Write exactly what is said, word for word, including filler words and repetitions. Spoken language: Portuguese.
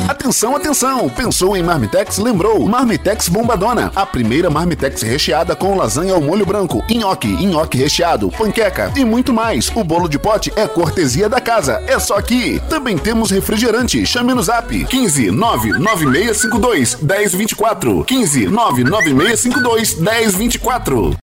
Atenção, atenção! Pensou em Marmitex? Lembrou? Marmitex Bombadona, a primeira Marmitex recheada com lasanha ao molho branco, nhoque, nhoque recheado, panqueca e muito mais. O bolo de pote é cortesia da casa, é só aqui. Também temos refrigerante, chame no zap quinze nove nove seis cinco dois um zero dois quatro, quinze nove nove seis cinco dois um zero dois quatro.